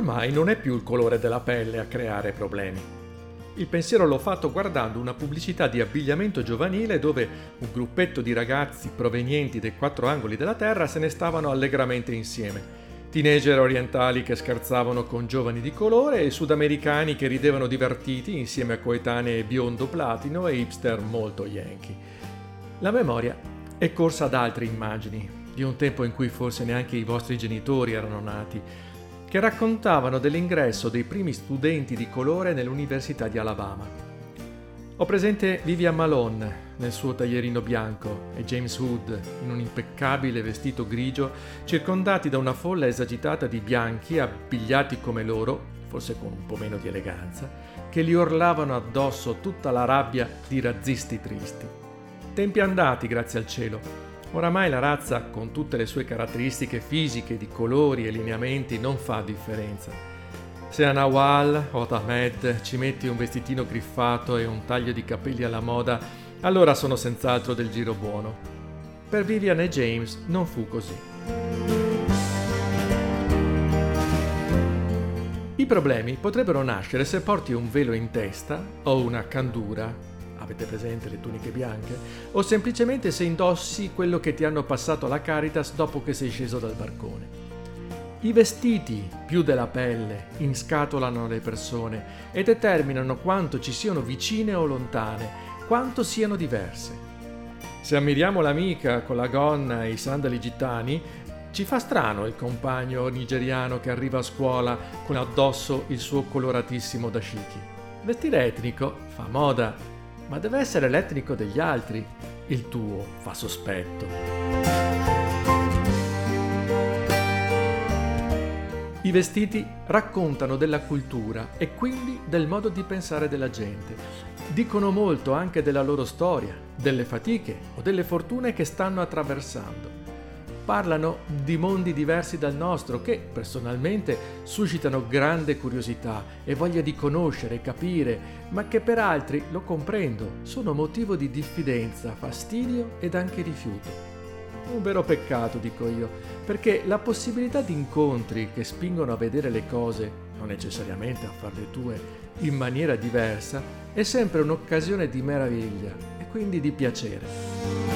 Ormai non è più il colore della pelle a creare problemi. Il pensiero l'ho fatto guardando una pubblicità di abbigliamento giovanile dove un gruppetto di ragazzi provenienti dai 4 angoli della terra se ne stavano allegramente insieme. Teenager orientali che scherzavano con giovani di colore e sudamericani che ridevano divertiti insieme a coetanee biondo platino e hipster molto yankee. La memoria è corsa ad altre immagini, di un tempo in cui forse neanche i vostri genitori erano nati, che raccontavano dell'ingresso dei primi studenti di colore nell'Università di Alabama. Ho presente Vivian Malone nel suo taglierino bianco e James Hood in un impeccabile vestito grigio, circondati da una folla esagitata di bianchi abbigliati come loro, forse con un po' meno di eleganza, che gli urlavano addosso tutta la rabbia di razzisti tristi. Tempi andati, grazie al cielo. Oramai la razza, con tutte le sue caratteristiche fisiche, di colori e lineamenti, non fa differenza. Se a Nawal o ad Ahmed ci metti un vestitino griffato e un taglio di capelli alla moda, allora sono senz'altro del giro buono. Per Vivian e James non fu così. I problemi potrebbero nascere se porti un velo in testa o una candura, avete presente le tuniche bianche, o semplicemente se indossi quello che ti hanno passato alla Caritas dopo che sei sceso dal barcone. I vestiti, più della pelle, inscatolano le persone e determinano quanto ci siano vicine o lontane, quanto siano diverse. Se ammiriamo l'amica con la gonna e i sandali gitani, ci fa strano il compagno nigeriano che arriva a scuola con addosso il suo coloratissimo dashiki. Vestire etnico fa moda, ma deve essere l'etnico degli altri. Il tuo fa sospetto. I vestiti raccontano della cultura e quindi del modo di pensare della gente. Dicono molto anche della loro storia, delle fatiche o delle fortune che stanno attraversando. Parlano di mondi diversi dal nostro che, personalmente, suscitano grande curiosità e voglia di conoscere e capire, ma che per altri, lo comprendo, sono motivo di diffidenza, fastidio ed anche rifiuto. Un vero peccato, dico io, perché la possibilità di incontri che spingono a vedere le cose, non necessariamente a farle tue, in maniera diversa, è sempre un'occasione di meraviglia e quindi di piacere.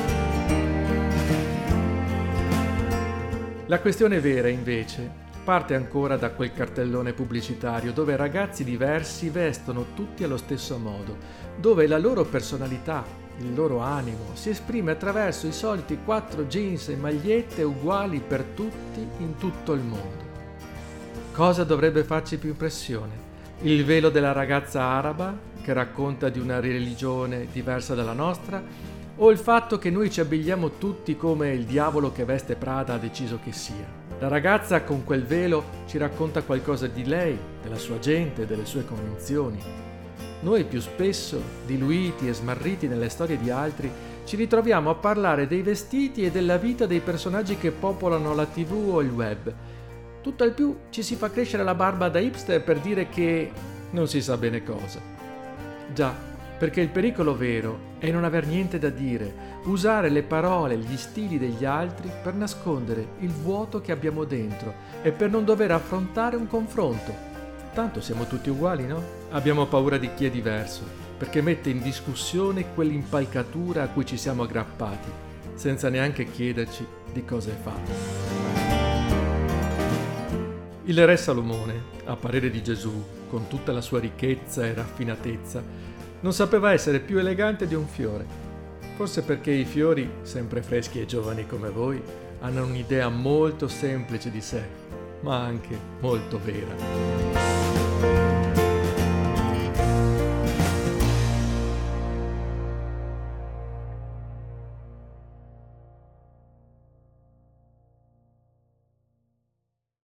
La questione vera, invece, parte ancora da quel cartellone pubblicitario dove ragazzi diversi vestono tutti allo stesso modo, dove la loro personalità, il loro animo si esprime attraverso i soliti 4 jeans e magliette uguali per tutti in tutto il mondo. Cosa dovrebbe farci più impressione? Il velo della ragazza araba che racconta di una religione diversa dalla nostra, o il fatto che noi ci abbigliamo tutti come il diavolo che veste Prada ha deciso che sia? La ragazza con quel velo ci racconta qualcosa di lei, della sua gente, delle sue convinzioni. Noi più spesso, diluiti e smarriti nelle storie di altri, ci ritroviamo a parlare dei vestiti e della vita dei personaggi che popolano la TV o il web. Tutto al più ci si fa crescere la barba da hipster per dire che non si sa bene cosa. Già, perché il pericolo vero è non aver niente da dire, usare le parole, gli stili degli altri per nascondere il vuoto che abbiamo dentro e per non dover affrontare un confronto. Tanto siamo tutti uguali, no? Abbiamo paura di chi è diverso, perché mette in discussione quell'impalcatura a cui ci siamo aggrappati, senza neanche chiederci di cosa è fatto. Il re Salomone, a parere di Gesù, con tutta la sua ricchezza e raffinatezza, non sapeva essere più elegante di un fiore. Forse perché i fiori, sempre freschi e giovani come voi, hanno un'idea molto semplice di sé, ma anche molto vera.